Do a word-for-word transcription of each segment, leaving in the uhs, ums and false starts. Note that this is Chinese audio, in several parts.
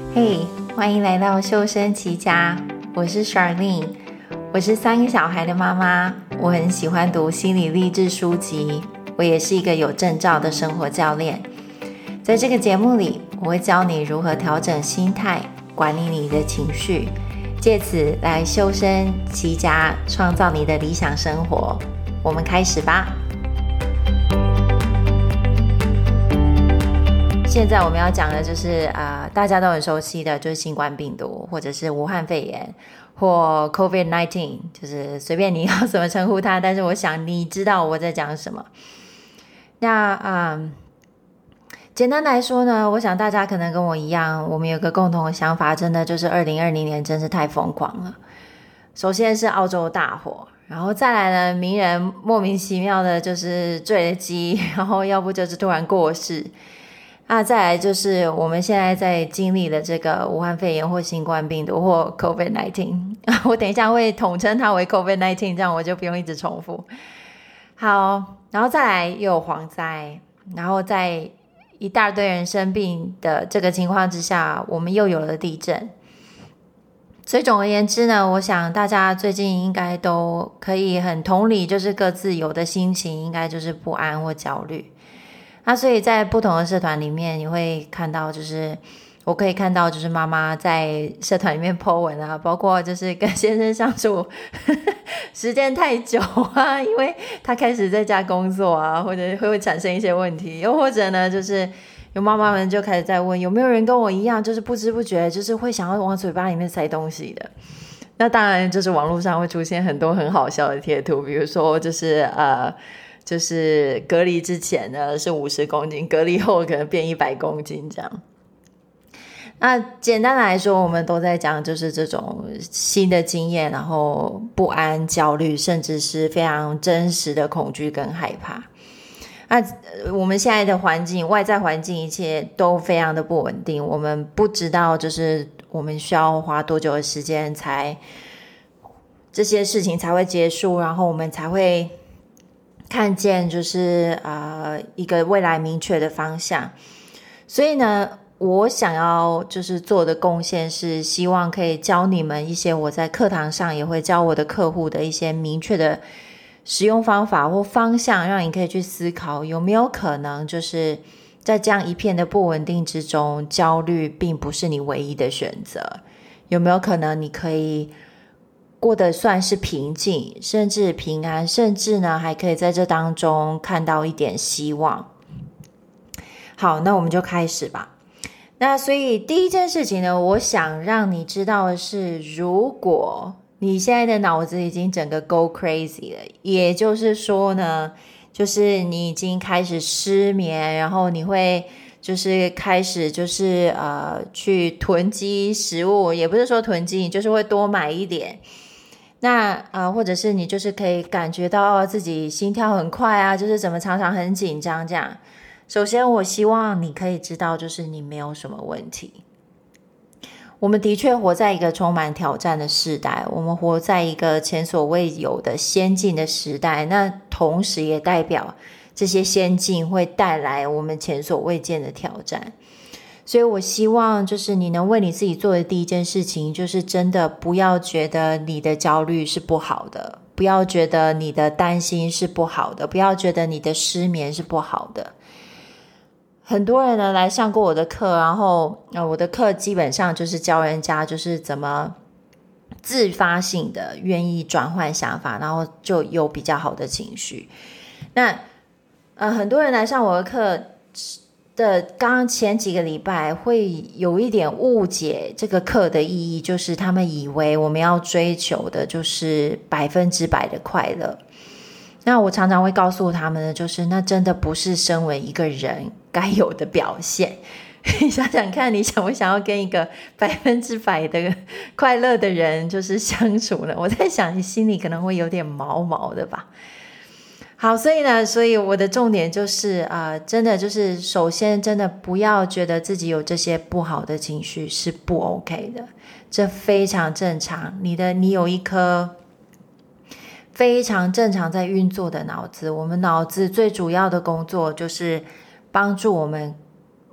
嘿，欢迎来到修身齐家，我是 Charlene， 我是三个小孩的妈妈，我很喜欢读心理励志书籍，我也是一个有证照的生活教练。在这个节目里，我会教你如何调整心态，管理你的情绪，借此来修身齐家，创造你的理想生活。我们开始吧。现在我们要讲的就是、呃、大家都很熟悉的就是新冠病毒，或者是武汉肺炎，或 COVID 十九， 就是随便你要怎么称呼它，但是我想你知道我在讲什么。那嗯，简单来说呢，我想大家可能跟我一样，我们有个共同的想法，真的就是二零二零年真是太疯狂了。首先是澳洲大火，然后再来呢，名人莫名其妙的就是坠了机，然后要不就是突然过世。那再来就是我们现在在经历的这个武汉肺炎或新冠病毒或 COVID 十九， 我等一下会统称它为 COVID 十九， 这样我就不用一直重复。好，然后再来又有蝗灾，然后在一大堆人生病的这个情况之下，我们又有了地震。所以总而言之呢，我想大家最近应该都可以很同理，就是各自有的心情应该就是不安或焦虑。那所以在不同的社团里面，你会看到就是我可以看到就是妈妈在社团里面 po 文啊，包括就是跟先生相处时间太久啊，因为他开始在家工作啊，或者会产生一些问题，又或者呢就是有妈妈们就开始在问有没有人跟我一样，就是不知不觉就是会想要往嘴巴里面塞东西的。那当然就是网络上会出现很多很好笑的贴图，比如说就是呃就是隔离之前呢是五十公斤，隔离后可能变一百公斤这样。那简单来说，我们都在讲就是这种新的经验，然后不安、焦虑，甚至是非常真实的恐惧跟害怕。那我们现在的环境，外在环境一切都非常的不稳定，我们不知道就是我们需要花多久的时间才这些事情才会结束，然后我们才会看见就是呃一个未来明确的方向。所以呢，我想要就是做的贡献是希望可以教你们一些我在课堂上也会教我的客户的一些明确的使用方法或方向，让你可以去思考有没有可能就是在这样一片的不稳定之中，焦虑并不是你唯一的选择。有没有可能你可以过得算是平静，甚至平安，甚至呢还可以在这当中看到一点希望。好，那我们就开始吧。那所以第一件事情呢，我想让你知道的是，如果你现在的脑子已经整个 go crazy 了，也就是说呢，就是你已经开始失眠，然后你会就是开始就是呃去囤积食物，也不是说囤积，你就是会多买一点。那呃，或者是你就是可以感觉到自己心跳很快啊，就是怎么常常很紧张这样。首先我希望你可以知道就是你没有什么问题。我们的确活在一个充满挑战的时代，我们活在一个前所未有的先进的时代，那同时也代表这些先进会带来我们前所未见的挑战。所以我希望就是你能为你自己做的第一件事情，就是真的不要觉得你的焦虑是不好的，不要觉得你的担心是不好的，不要觉得你的失眠是不好的。很多人呢来上过我的课，然后、呃、我的课基本上就是教人家就是怎么自发性的愿意转换想法，然后就有比较好的情绪。那呃，很多人来上我的课的刚刚前几个礼拜会有一点误解这个课的意义，就是他们以为我们要追求的就是百分之百的快乐。那我常常会告诉他们的就是那真的不是身为一个人该有的表现。你想想看，你想不想要跟一个百分之百的快乐的人就是相处呢？我在想你心里可能会有点毛毛的吧。好，所以呢，所以我的重点就是呃，真的就是首先真的不要觉得自己有这些不好的情绪是不 OK 的，这非常正常。你的你有一颗非常正常在运作的脑子，我们脑子最主要的工作就是帮助我们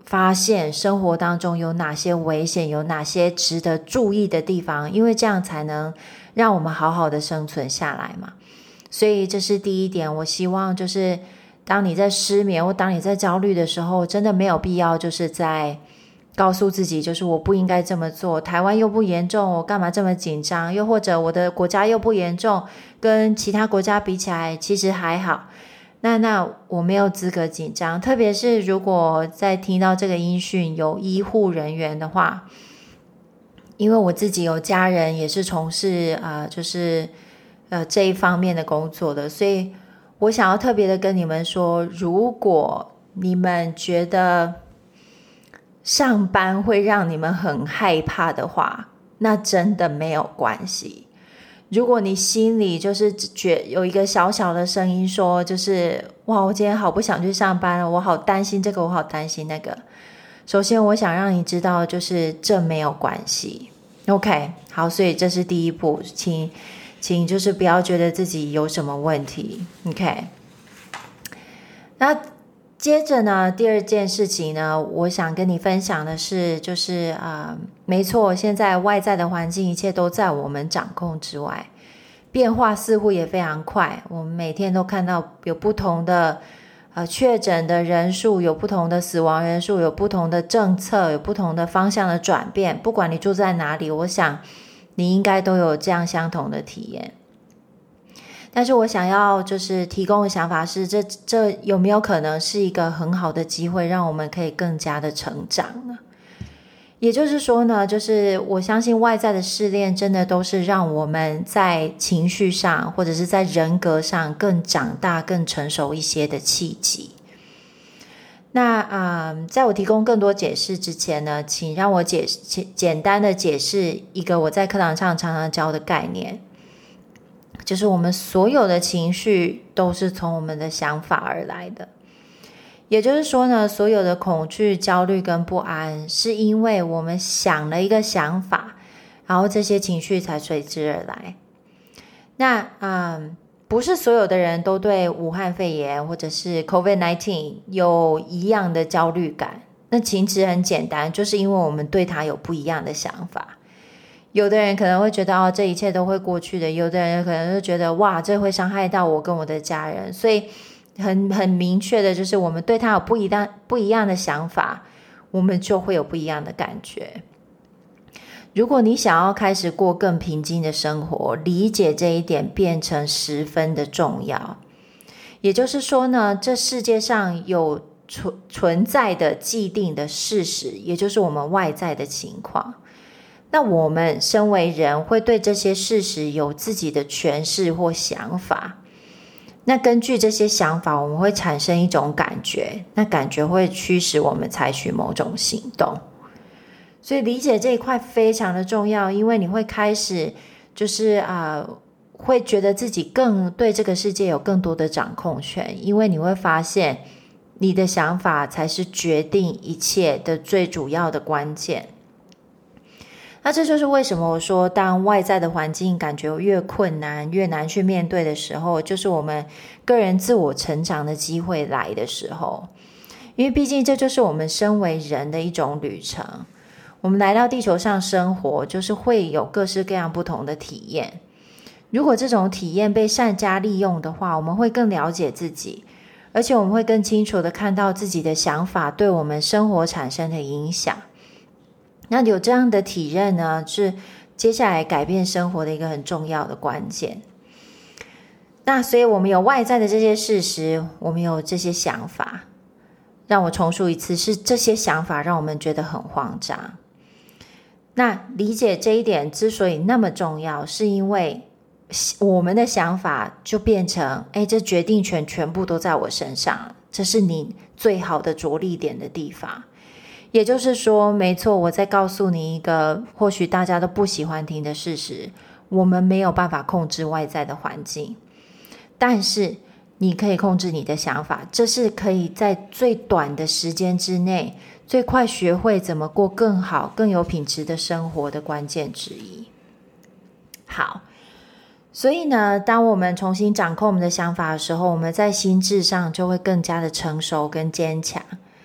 发现生活当中有哪些危险，有哪些值得注意的地方，因为这样才能让我们好好的生存下来嘛。所以这是第一点，我希望就是当你在失眠或当你在焦虑的时候，真的没有必要就是在告诉自己就是我不应该这么做，台湾又不严重，我干嘛这么紧张，又或者我的国家又不严重，跟其他国家比起来其实还好，那那我没有资格紧张。特别是如果在听到这个音讯有医护人员的话，因为我自己有家人也是从事呃就是呃这一方面的工作的，所以我想要特别的跟你们说，如果你们觉得上班会让你们很害怕的话，那真的没有关系。如果你心里就是觉有一个小小的声音说，就是哇，我今天好不想去上班了，我好担心这个，我好担心那个。首先我想让你知道，就是这没有关系。 OK， 好，所以这是第一步，请请就是不要觉得自己有什么问题。 OK， 那接着呢，第二件事情呢，我想跟你分享的是，就是呃，没错，现在外在的环境一切都在我们掌控之外，变化似乎也非常快。我们每天都看到有不同的呃确诊的人数，有不同的死亡人数，有不同的政策，有不同的方向的转变。不管你住在哪里，我想你应该都有这样相同的体验。但是我想要就是提供的想法是，这这有没有可能是一个很好的机会，让我们可以更加的成长呢？也就是说呢，就是我相信外在的试炼真的都是让我们在情绪上或者是在人格上更长大、更成熟一些的契机。那啊、呃，在我提供更多解释之前呢，请让我解简单的解释一个我在课堂上常常教的概念。就是我们所有的情绪都是从我们的想法而来的，也就是说呢，所有的恐惧、焦虑跟不安是因为我们想了一个想法，然后这些情绪才随之而来。那嗯，不是所有的人都对武汉肺炎或者是 COVID 十九 有一样的焦虑感，那其实很简单，就是因为我们对它有不一样的想法。有的人可能会觉得哦，这一切都会过去的，有的人可能就觉得哇，这会伤害到我跟我的家人。所以很很明确的就是我们对他有不一样不一样的想法，我们就会有不一样的感觉。如果你想要开始过更平静的生活，理解这一点变成十分的重要。也就是说呢，这世界上有存存在的既定的事实，也就是我们外在的情况。那我们身为人会对这些事实有自己的诠释或想法，那根据这些想法我们会产生一种感觉，那感觉会驱使我们采取某种行动。所以理解这一块非常的重要，因为你会开始就是啊、呃，会觉得自己更对这个世界有更多的掌控权，因为你会发现你的想法才是决定一切的最主要的关键。那这就是为什么我说当外在的环境感觉越困难越难去面对的时候，就是我们个人自我成长的机会来的时候。因为毕竟这就是我们身为人的一种旅程，我们来到地球上生活，就是会有各式各样不同的体验。如果这种体验被善加利用的话，我们会更了解自己，而且我们会更清楚的看到自己的想法对我们生活产生的影响。那有这样的体认呢，是接下来改变生活的一个很重要的关键。那所以我们有外在的这些事实，我们有这些想法，让我重述一次，是这些想法让我们觉得很慌张。那理解这一点之所以那么重要，是因为我们的想法就变成哎，这决定权全部都在我身上，这是你最好的着力点的地方。也就是说，没错，我在告诉你一个或许大家都不喜欢听的事实，我们没有办法控制外在的环境，但是你可以控制你的想法，这是可以在最短的时间之内最快学会怎么过更好更有品质的生活的关键之一。好，所以呢，当我们重新掌控我们的想法的时候，我们在心智上就会更加的成熟跟坚强。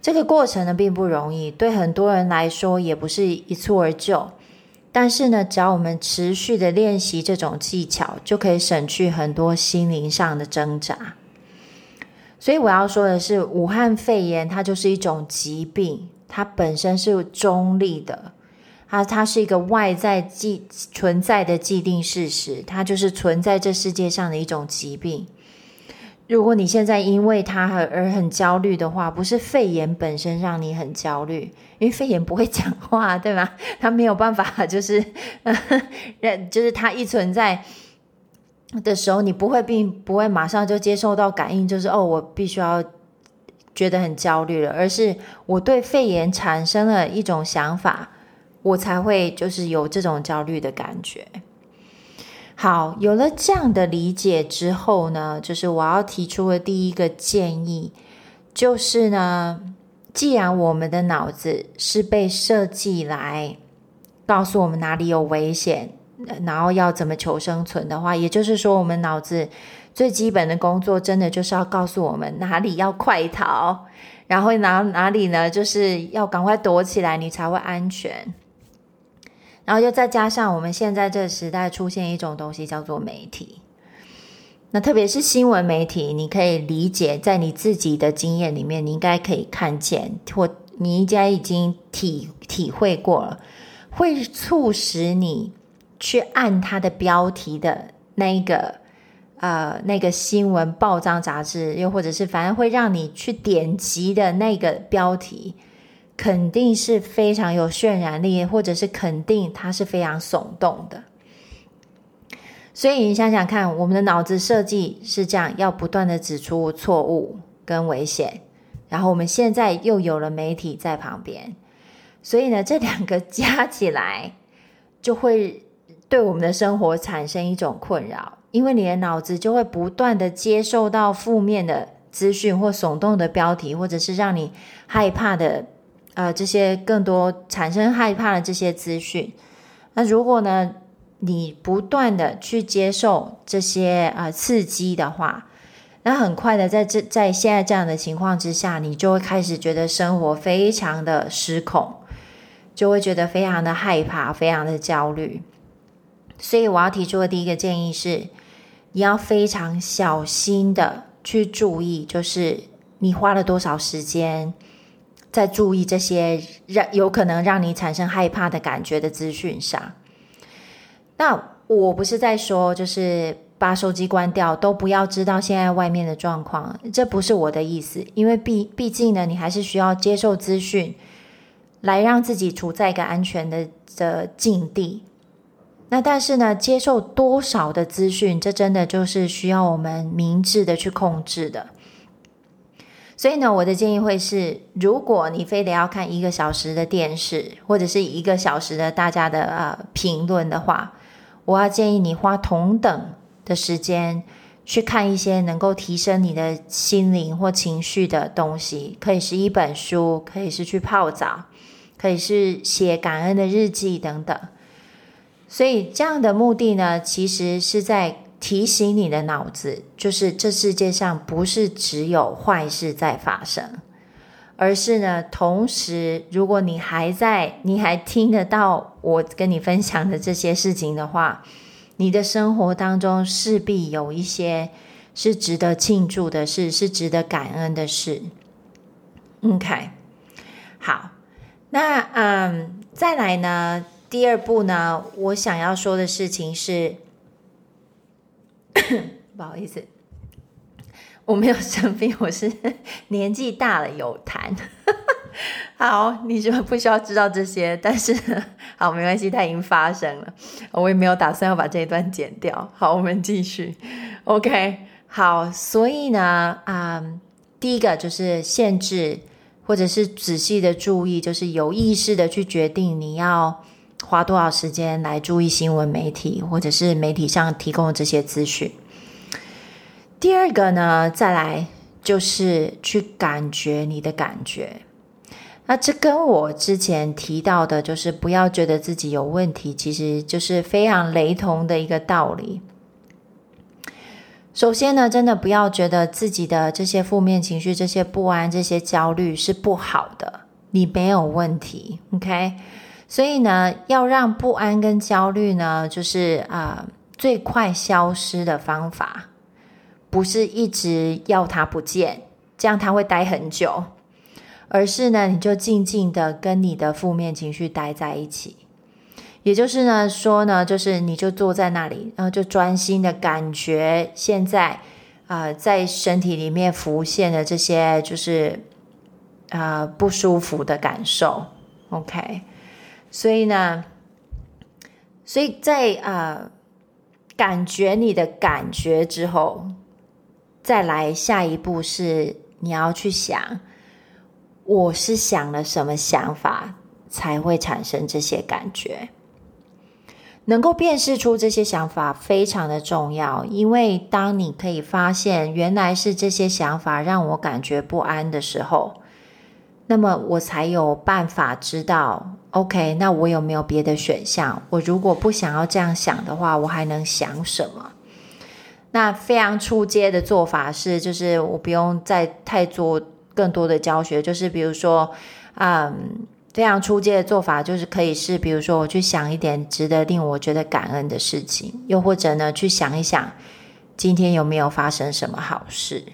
这个过程呢并不容易，对很多人来说也不是一蹴而就，但是呢，只要我们持续的练习这种技巧，就可以省去很多心灵上的挣扎。所以我要说的是，武汉肺炎它就是一种疾病，它本身是中立的，它它是一个外在既存在的既定事实，它就是存在这世界上的一种疾病。如果你现在因为它而很焦虑的话，不是肺炎本身让你很焦虑，因为肺炎不会讲话，对吗？它没有办法，就是就是它一存在的时候，你不会并不会马上就接受到感应，就是哦，我必须要觉得很焦虑了，而是我对肺炎产生了一种想法，我才会就是有这种焦虑的感觉。好，有了这样的理解之后呢，就是我要提出的第一个建议，就是呢，既然我们的脑子是被设计来告诉我们哪里有危险，然后要怎么求生存的话，也就是说我们脑子最基本的工作真的就是要告诉我们哪里要快逃，然后哪哪里呢就是要赶快躲起来，你才会安全。然后又再加上我们现在这个时代出现一种东西叫做媒体，那特别是新闻媒体，你可以理解，在你自己的经验里面，你应该可以看见，或你应该已经体体会过了，会促使你去按它的标题的那个呃那个新闻报章杂志，又或者是反正会让你去点击的那个标题，肯定是非常有渲染力，或者是肯定它是非常耸动的。所以你想想看，我们的脑子设计是这样，要不断的指出错误跟危险，然后我们现在又有了媒体在旁边，所以呢，这两个加起来就会对我们的生活产生一种困扰，因为你的脑子就会不断的接受到负面的资讯或耸动的标题，或者是让你害怕的呃，这些更多产生害怕的这些资讯。那如果呢，你不断的去接受这些呃刺激的话，那很快的在这在现在这样的情况之下，你就会开始觉得生活非常的失控，就会觉得非常的害怕，非常的焦虑。所以我要提出的第一个建议是，你要非常小心的去注意，就是你花了多少时间在注意这些让有可能让你产生害怕的感觉的资讯上。那我不是在说就是把手机关掉，都不要知道现在外面的状况，这不是我的意思，因为毕毕竟呢，你还是需要接受资讯，来让自己处在一个安全的的境地。那但是呢，接受多少的资讯，这真的就是需要我们明智的去控制的。所以呢，我的建议会是，如果你非得要看一个小时的电视，或者是一个小时的大家的呃评论的话，我要建议你花同等的时间去看一些能够提升你的心灵或情绪的东西，可以是一本书，可以是去泡澡，可以是写感恩的日记等等。所以这样的目的呢，其实是在提醒你的脑子，就是这世界上不是只有坏事在发生，而是呢，同时如果你还在你还听得到我跟你分享的这些事情的话，你的生活当中势必有一些是值得庆祝的事，是值得感恩的事。 OK， 好，那嗯，再来呢，第二步呢，我想要说的事情是不好意思，我没有生病，我是年纪大了有痰。好，你就不需要知道这些，但是好，没关系，它已经发生了，我也没有打算要把这一段剪掉。好，我们继续。 OK， 好，所以呢、嗯、第一个就是限制，或者是仔细的注意，就是有意识的去决定你要花多少时间来注意新闻媒体，或者是媒体上提供的这些资讯。第二个呢，再来就是去感觉你的感觉。那这跟我之前提到的就是不要觉得自己有问题，其实就是非常雷同的一个道理。 首先呢，真的不要觉得自己的这些负面情绪、这些不安、这些焦虑是不好的，你没有问题 OK。 所以呢，要让不安跟焦虑呢，就是呃最快消失的方法，不是一直要它不见，这样它会待很久，而是呢，你就静静的跟你的负面情绪待在一起。也就是呢说呢，就是你就坐在那里，然后就专心的感觉现在呃在身体里面浮现的这些就是呃不舒服的感受 OK。 所以呢所以在呃感觉你的感觉之后，再来下一步是你要去想，我是想了什么想法才会产生这些感觉。能够辨识出这些想法非常的重要，因为当你可以发现原来是这些想法让我感觉不安的时候，那么我才有办法知道 OK， 那我有没有别的选项，我如果不想要这样想的话，我还能想什么。那非常初阶的做法是，就是我不用再太做更多的教学，就是比如说嗯非常初阶的做法就是可以是比如说我去想一点值得令我觉得感恩的事情，又或者呢去想一想今天有没有发生什么好事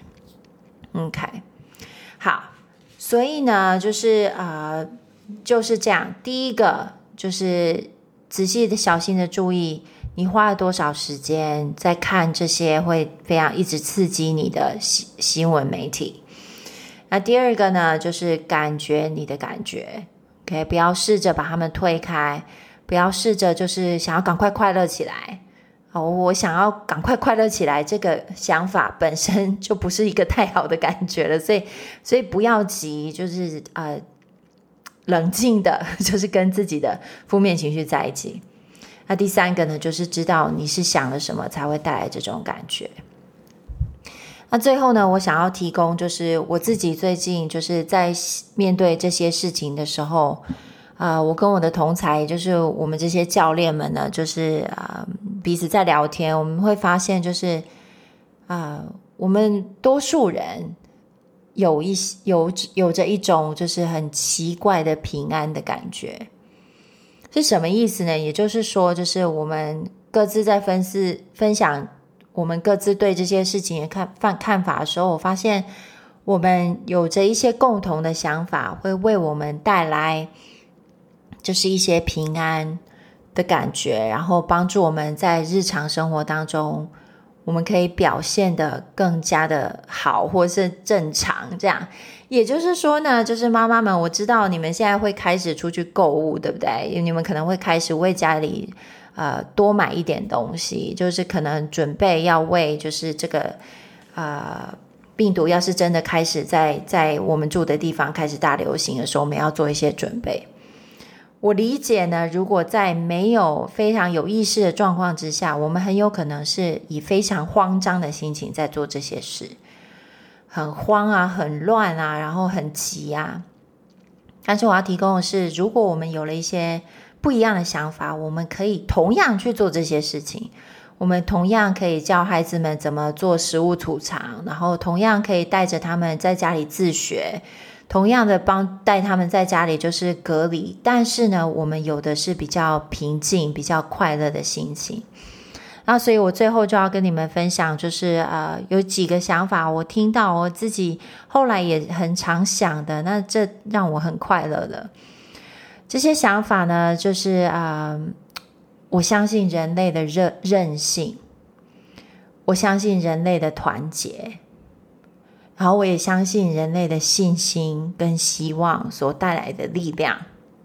OK。 好，所以呢就是呃就是这样。第一个就是仔细的小心的注意你花了多少时间在看这些会非常一直刺激你的新闻媒体。那第二个呢就是感觉你的感觉OK， 不要试着把他们推开，不要试着就是想要赶快快乐起来、哦、我想要赶快快乐起来这个想法本身就不是一个太好的感觉了，所以所以不要急，就是呃冷静的就是跟自己的负面情绪在一起。那第三个呢就是知道你是想了什么才会带来这种感觉。那最后呢，我想要提供就是我自己最近就是在面对这些事情的时候，呃，我跟我的同才就是我们这些教练们呢，就是呃彼此在聊天，我们会发现就是呃我们多数人有一有有着一种就是很奇怪的平安的感觉。是什么意思呢？也就是说，就是我们各自在分析分享我们各自对这些事情的看看法的时候，我发现我们有着一些共同的想法，会为我们带来就是一些平安的感觉，然后帮助我们在日常生活当中我们可以表现得更加的好或是正常这样。也就是说呢，就是妈妈们，我知道你们现在会开始出去购物，对不对？你们可能会开始为家里呃多买一点东西，就是可能准备要为就是这个呃病毒要是真的开始在在我们住的地方开始大流行的时候，我们要做一些准备。我理解呢，如果在没有非常有意识的状况之下，我们很有可能是以非常慌张的心情在做这些事，很慌啊，很乱啊，然后很急啊。但是我要提供的是，如果我们有了一些不一样的想法，我们可以同样去做这些事情，我们同样可以教孩子们怎么做食物储藏，然后同样可以带着他们在家里自学，同样的帮带他们在家里就是隔离，但是呢我们有的是比较平静比较快乐的心情。那所以我最后就要跟你们分享，就是呃有几个想法我听到我自己后来也很常想的，那这让我很快乐的。这些想法呢就是呃我相信人类的韧韧性，我相信人类的团结，然后我也相信人类的信心跟希望所带来的力量。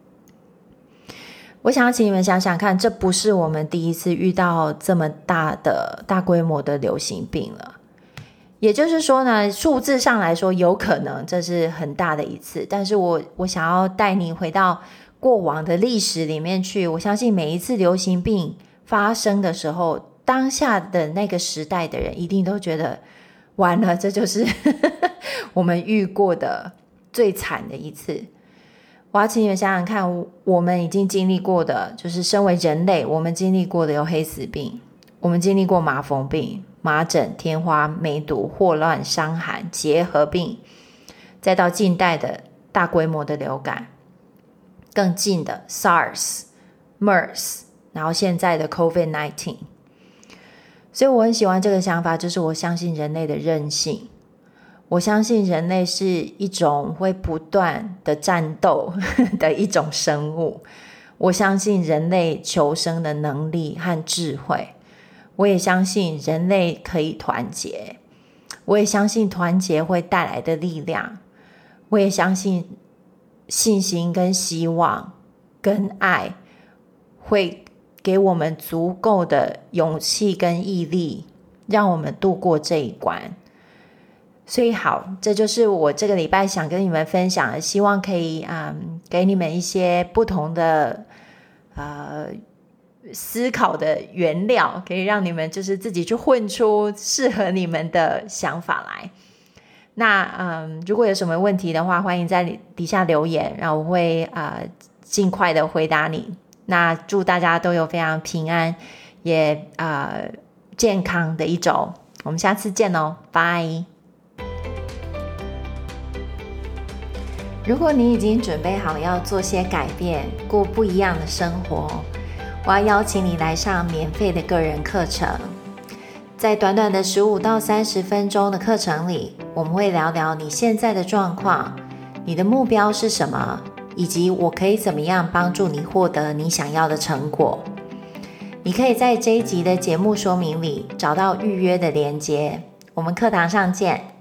我想要请你们想想看，这不是我们第一次遇到这么大的大规模的流行病了。也就是说呢，数字上来说有可能这是很大的一次，但是我我想要带你回到过往的历史里面去。我相信每一次流行病发生的时候，当下的那个时代的人一定都觉得完了，这就是我们遇过的最惨的一次。我要请你们想想看，我们已经经历过的，就是身为人类我们经历过的有黑死病，我们经历过麻风病、 麻疹、天花、梅毒、霍乱、伤寒、结核病，再到近代的大规模的流感，更近的 SARS、MERS， 然后现在的 COVID 十九。 所以我很喜欢这个想法，就是我相信人类的韧性，我相信人类是一种会不断的战斗的一种生物，我相信人类求生的能力和智慧，我也相信人类可以团结，我也相信团结会带来的力量，我也相信信心跟希望跟爱会给我们足够的勇气跟毅力，让我们度过这一关。所以好，这就是我这个礼拜想跟你们分享的，希望可以、嗯、给你们一些不同的呃思考的原料，可以让你们就是自己去混出适合你们的想法来。那嗯，如果有什么问题的话，欢迎在底下留言，然后我会呃尽快的回答你。那祝大家都有非常平安也呃健康的一周，我们下次见哦，拜。如果你已经准备好要做些改变，过不一样的生活，我要邀请你来上免费的个人课程。在短短的十五到三十分钟的课程里，我们会聊聊你现在的状况，你的目标是什么，以及我可以怎么样帮助你获得你想要的成果。你可以在这一集的节目说明里找到预约的连结，我们课堂上见。